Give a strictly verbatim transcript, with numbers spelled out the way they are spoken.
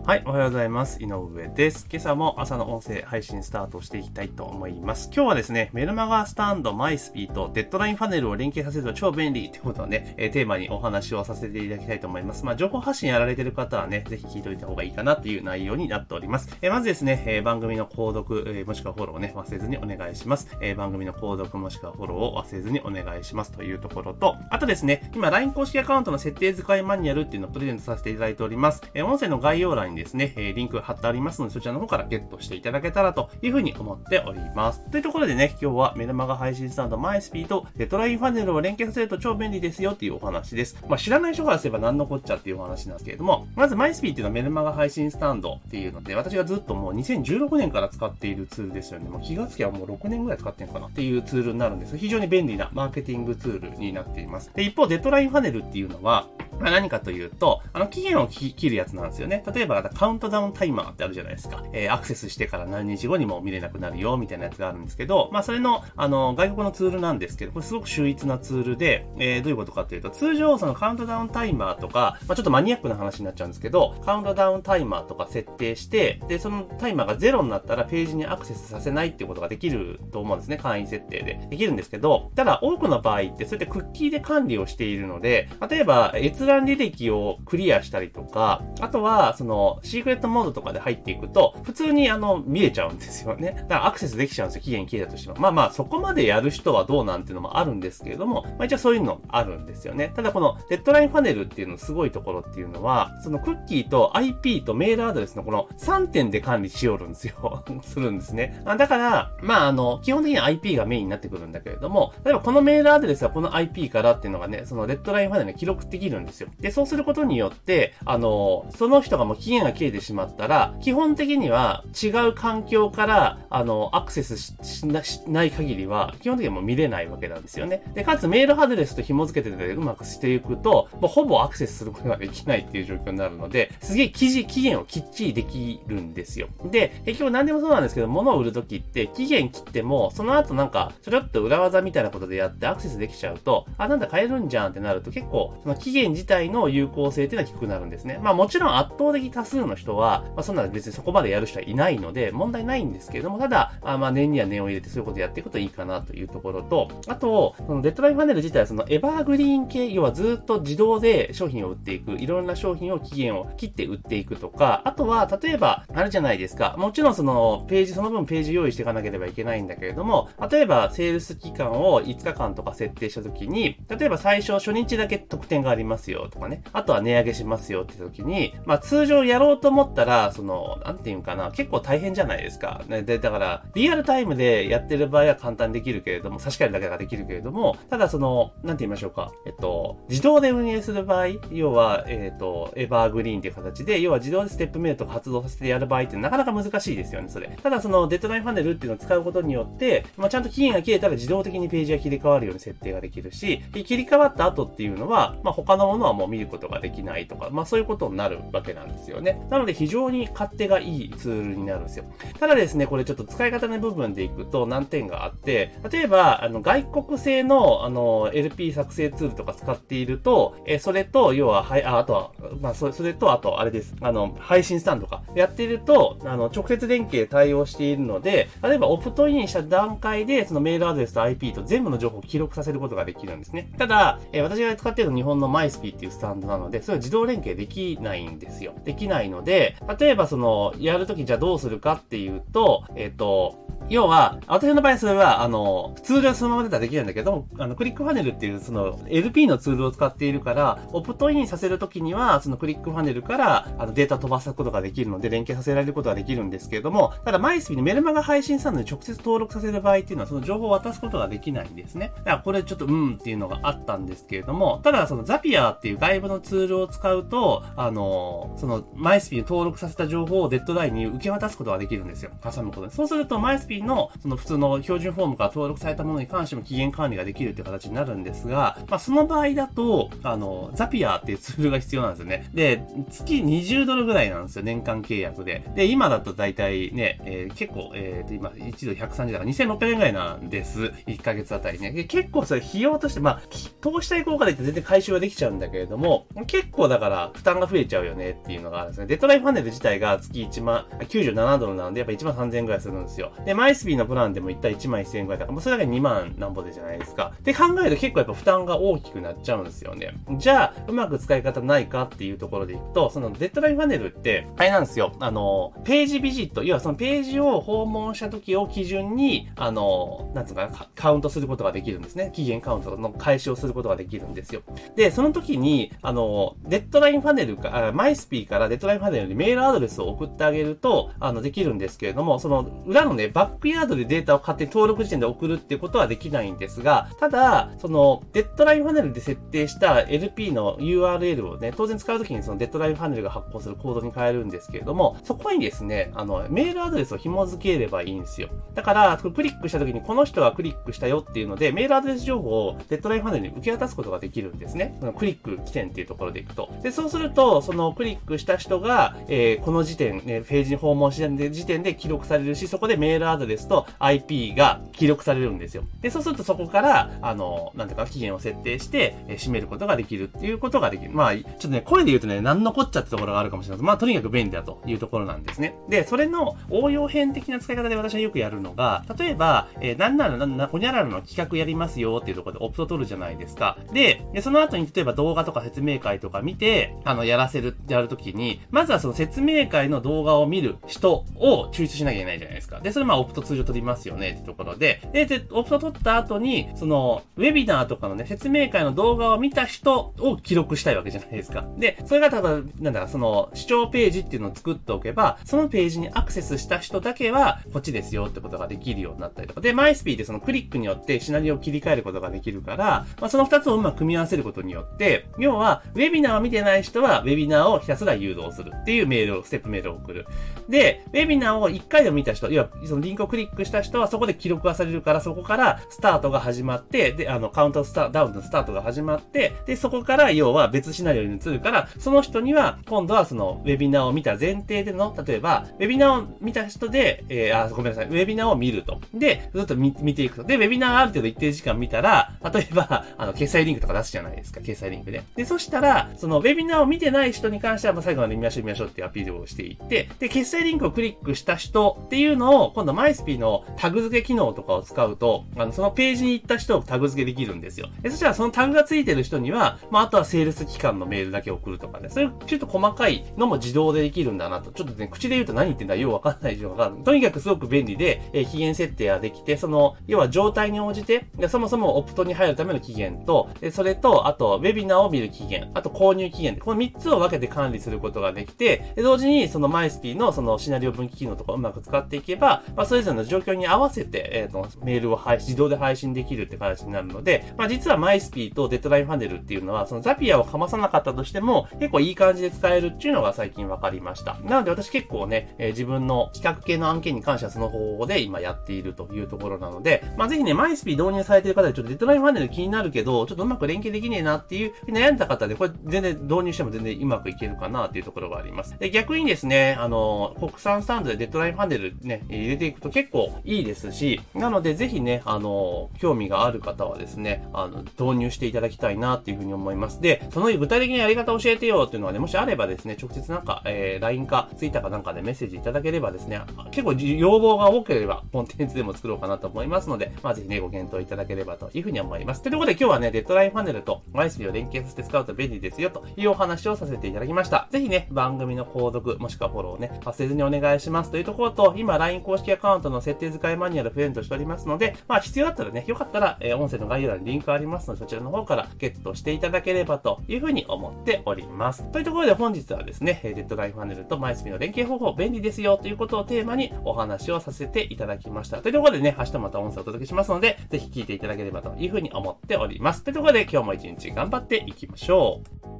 はい、おはようございます。井上です。今朝も朝の音声配信スタートしていきたいと思います。今日はですね、メルマガスタンド、マイスピーとデッドラインファネルを連携させると超便利ってことをね、えー、テーマにお話をさせていただきたいと思います。まあ、情報発信やられている方はね、ぜひ聞いておいた方がいいかなという内容になっております。えー、まずですね、えー、番組の購読、えー、もしくはフォローをね、忘れずにお願いします。えー、番組の購読もしくはフォローを忘れずにお願いしますというところと、あとですね、今 ライン 公式アカウントの設定使いマニュアルっていうのをプレゼントさせていただいております。えー、音声の概要欄にですね、えー、リンク貼ってありますので、そちらの方からゲットしていただけたらというふうに思っております。というところでね、今日はメルマガ配信スタンドマイスピーとデッドラインファネルを連携させると超便利ですよっていうお話です。まあ、知らない人からすれば何のこっちゃっていうお話なんですけれども、まずマイスピーっていうのはメルマガ配信スタンドっていうので、私がずっともうにせんじゅうろくねんから使っているツールですよね。もう気がつきはもうろくねんぐらい使ってるのかなっていうツールになるんです。非常に便利なマーケティングツールになっています。で、一方デッドラインファネルっていうのは、まあ、何かというと、あの期限を切るやつなんですよね。例えばカウントダウンタイマーってあるじゃないですか。えー、アクセスしてから何日後にも見れなくなるよみたいなやつがあるんですけど、まあそれのあの外国のツールなんですけど、これすごく秀逸なツールで、えー、どういうことかというと、通常そのカウントダウンタイマーとか、まあちょっとマニアックな話になっちゃうんですけど、カウントダウンタイマーとか設定して、でそのタイマーがゼロになったらページにアクセスさせないっていうことができると思うんですね。会員設定でできるんですけど、ただ多くの場合ってそうやってクッキーで管理をしているので、例えば閲覧履歴をクリアしたりとか、あとはそのシークレットモードとかで入っていくと普通にあの見れちゃうんですよね。だからアクセスできちゃうんですよ。期限切れたとしても。まあまあそこまでやる人はどうなんていうのもあるんですけれども、まあ一応そういうのあるんですよね。ただこのデッドラインファネルっていうのすごいところっていうのは、そのクッキーと アイピー とメールアドレスのこのさんてんで管理しよるんですよ。するんですね。だからまああの基本的には アイピー がメインになってくるんだけれども、例えばこのメールアドレスはこの アイピー からっていうのがね、そのデッドラインファネルに記録できるんですよ。でそうすることによってあのその人がもう期限が切れてしまったら、基本的には違う環境からあのアクセス し, し, なしない限りは基本的にはもう見れないわけなんですよね。でかつメールアドレスと紐付けててうまくしていくと、もうほぼアクセスすることができないっていう状況になるので、すげえ期限をきっちりできるんですよ。で結局何でもそうなんですけど、物を売るときって期限切ってもその後なんかちょろっと裏技みたいなことでやってアクセスできちゃうと、あなんだ買えるんじゃんってなると、結構その期限自体の有効性っていうのは低くなるんですね。まあもちろん圧倒的多数の人は、まあ、そんな別にそこまでやる人はいないので問題ないんですけれども、ただあまあ念には念を入れてそういうことをやっていくといいかなというところと、あとそのデッドラインファネル自体はそのエバーグリーン系、要はずっと自動で商品を売っていく、いろんな商品を期限を切って売っていくとか、あとは例えばあるじゃないですか、もちろんそのページその分ページ用意していかなければいけないんだけれども、例えばセールス期間をいつかかんとか設定したときに、例えば最初初日だけ特典がありますよとかね、あとは値上げしますよって言ったときに、まあ通常やろうと思ったらそのなんていうかな、結構大変じゃないですか。でだからリアルタイムでやってる場合は簡単にできるけれども、差し替えるだけができるけれども、ただそのなんて言いましょうか、えっと自動で運営する場合、要はえっとエバーグリーンっていう形で、要は自動でステップメールとか発動させてやる場合ってなかなか難しいですよね、それ。ただそのデッドラインファネルっていうのを使うことによって、まあ、ちゃんと期限が切れたら自動的にページが切り替わるように設定ができるし、切り替わった後っていうのは、まあ、他のものはもう見ることができないとか、まあそういうことになるわけなんですよね。なので非常に勝手がいいツールになるんですよ。ただですね、これちょっと使い方の部分でいくと難点があって、例えばあの外国製のあの エルピー 作成ツールとか使っていると、えそれと要ははいああとはまあそれそれとあとあれです、あの配信スタンドとかやっていると、あの直接連携対応しているので、例えばオプトインした段階でそのメールアドレスと アイピー と全部の情報を記録させることができるんですね。ただ、え私が使っているのは日本のマイスピーっていうスタンドなので、それは自動連携できないんですよ。できないので、例えばそのやるときじゃあどうするかっていうと、えっと要は、私の場合それは、あの、ツールはそのまま出たらできるんだけど、あの、クリックファネルっていう、その、エルピー のツールを使っているから、オプトインさせるときには、そのクリックファネルから、あの、データ飛ばすことができるので、連携させられることができるんですけれども、ただ、マイスピにメルマガ配信スタンドに直接登録させる場合っていうのは、その情報を渡すことができないんですね。だから、これちょっと、うんっていうのがあったんですけれども、ただ、その、ザピアっていう外部のツールを使うと、あの、その、マイスピに登録させた情報をデッドラインに受け渡すことができるんですよ。挟むことで。そうすると、マイスピの、その、普通の標準フォームから登録されたものに関しても期限管理ができるっていう形になるんですが、まあその場合だと、あの、ザピアっていうツールが必要なんですよね。で、月にじゅうドルぐらいなんですよ、年間契約で。で、今だと大体ね、えー、結構、えー、今、いちドルひゃくさんじゅうだからにせんろっぴゃくえんぐらいなんです。いっかげつあたりね。で結構それ費用として、まあ、投資対効果で言って全然回収はできちゃうんだけれども、結構だから負担が増えちゃうよねっていうのがあるんですですね。デッドラインファネル自体が月いちまん、きゅうじゅうななドルなので、やっぱいちまんさんぜんえんぐらいするんですよ。で、マイスピーのプランでもいったらいちまんせんえんぐらいだから、もうそれだけでにまんなんぼでじゃないですか。で考えると結構やっぱ負担が大きくなっちゃうんですよね。じゃあ、うまく使い方ないかっていうところでいくと、そのデッドラインファネルって、あれなんですよ。あの、ページビジット、要はそのページを訪問した時を基準に、あの、なんつうかな、カウントすることができるんですね。期限カウントの開始をすることができるんですよ。で、その時に、あの、デッドラインファネルか、マイスピーからデッドラインファネルにメールアドレスを送ってあげると、あの、できるんですけれども、その裏のね、バックヤードでデータを勝手に登録時点で送るっていうことはできないんですが、ただ、その、デッドラインファネルで設定した エルピー の ユーアールエル をね、当然使うときにそのデッドラインファネルが発行するコードに変えるんですけれども、そこにですね、あの、メールアドレスを紐付ければいいんですよ。だから、クリックしたときにこの人がクリックしたよっていうので、メールアドレス情報をデッドラインファネルに受け渡すことができるんですね。そのクリック起点っていうところでいくと。で、そうすると、そのクリックした人が、えー、この時点、ね、ページに訪問した時点で記録されるし、そこでメールアドレスと アイピー が記録されるんですよ。で、そうするとそこから、あの、なんていうか、期限を設定して、えー、締めることができるっていうことができる。まあ、ちょっとね、声で言うとね、何のこっちゃってところがあるかもしれない。まあ、とにかく便利だというところなんですね。で、それの応用編的な使い方で私はよくやるのが、例えば、えー、なんなら、なんなら、ほにゃららの企画やりますよっていうところでオプト取るじゃないですか。で、でその後に例えば動画とか説明会とか見て、あの、やらせる、やるときに、まずはその説明会の動画を見る人を抽出しなきゃいけないじゃないですか。で、それまあオプト通常取りますよねってところで、で、で、オプト取った後に、その、ウェビナーとかのね、説明会の動画を見た人を記録したいわけじゃないですか。で、それがただ、なんだか、その、視聴ページっていうのを作っておけば、そのページにアクセスした人だけは、こっちですよってことができるようになったりとか。で、マイスピーでそのクリックによってシナリオを切り替えることができるから、まあ、その二つをうまく組み合わせることによって、要は、ウェビナーを見てない人は、ウェビナーをひたすら誘導するっていうメールを、ステップメールを送る。で、ウェビナーをいっかいでも見た人、要は、そのリンクをクリックした人は、そこで記録がされるから、そこからスタートが始まって、で、あの、カウントスタダウンのスタートが始まって、で、そこから、要は別シナリオに移るから、その人には、今度はその、ウェビナーを見た前提での、例えば、ウェビナーを見た人で、えー、あ、ごめんなさい、ウェビナーを見ると。で、ずっと見、見ていくと。で、ウェビナーがある程度一定時間見たら、例えば、あの、決済リンクとか出すじゃないですか、決済リンクで。で、そしたら、その、ウェビナーを見てない人に関しては、まあ、最後まで見ましょう見ましょうっていうアピールをしていって、で、決済リンクをクリックした人っていうのを、今度、マイスピーのタグ付け機能とかを使うと、あの、そのページに行った人をタグ付けできるんですよ。で、そしたらそのタグが付いてる人には、まあ、あとはセールス期間のメールだけ送るとかね、そういうちょっと細かいのも自動でできるんだなと。ちょっとね、口で言うと何言ってんだようわかんない状況が、とにかくすごく便利で、えー、期限設定ができて、その、要は状態に応じて、でそもそもオプトに入るための期限と、でそれと、あと、ウェビナーを見る期限、あと購入期限、このみっつを分けて管理することができて、で同時にそのマイスピーのそのシナリオ分岐機能とかをうまく使っていけば、まあ、それぞれの状況に合わせて、えっと、メールを配信、自動で配信できるって形になるので、まあ、実はマイスピーとデッドラインファネルっていうのは、そのザピアをかまさなかったとしても、結構いい感じで使えるっていうのが最近分かりました。なので私結構ね、えー、自分の企画系の案件に関してはその方法で今やっているというところなので、まあ、ぜひね、マイスピー導入されている方でちょっとデッドラインファネル気になるけど、ちょっとうまく連携できねえなっていう悩んだ方で、これ全然導入しても全然うまくいけるかなっていうところがあります。で、逆にですね、あの、国産スタンドでデッドラインファネルね、入れていくと結構いいですし、なのでぜひね、あの、興味がある方はですね、あの、導入していただきたいなっていうふうに思います。で、その具体的なやり方を教えてよっていうのはね、もしあればですね、直接なんか、えー、ライン か Twitter かなんかでメッセージいただければですね、結構要望が多ければコンテンツでも作ろうかなと思いますので、まあぜひね、ご検討いただければというふうに思います。というところで今日はね、デッドラインファネルとマイスピーを連携させて使うと便利ですよというお話をさせていただきました。ぜひね、番組の購読もしくはフォローをね、忘れずにお願いしますというところと、今 ライン 公式アカウントの設定使いマニュアルプレゼントしておりますので、まあ必要だったらね、よかったら、えー、音声の概要欄にリンクありますので、そちらの方からゲットしていただければというふうに思っております。というところで本日はですね、デッドラインファネルとマイスピーの連携方法便利ですよということをテーマにお話をさせていただきました。というところでね、明日また音声をお届けしますので、ぜひ聞いていただければというふうに思っております。というところで今日も一日頑張っていきましょう。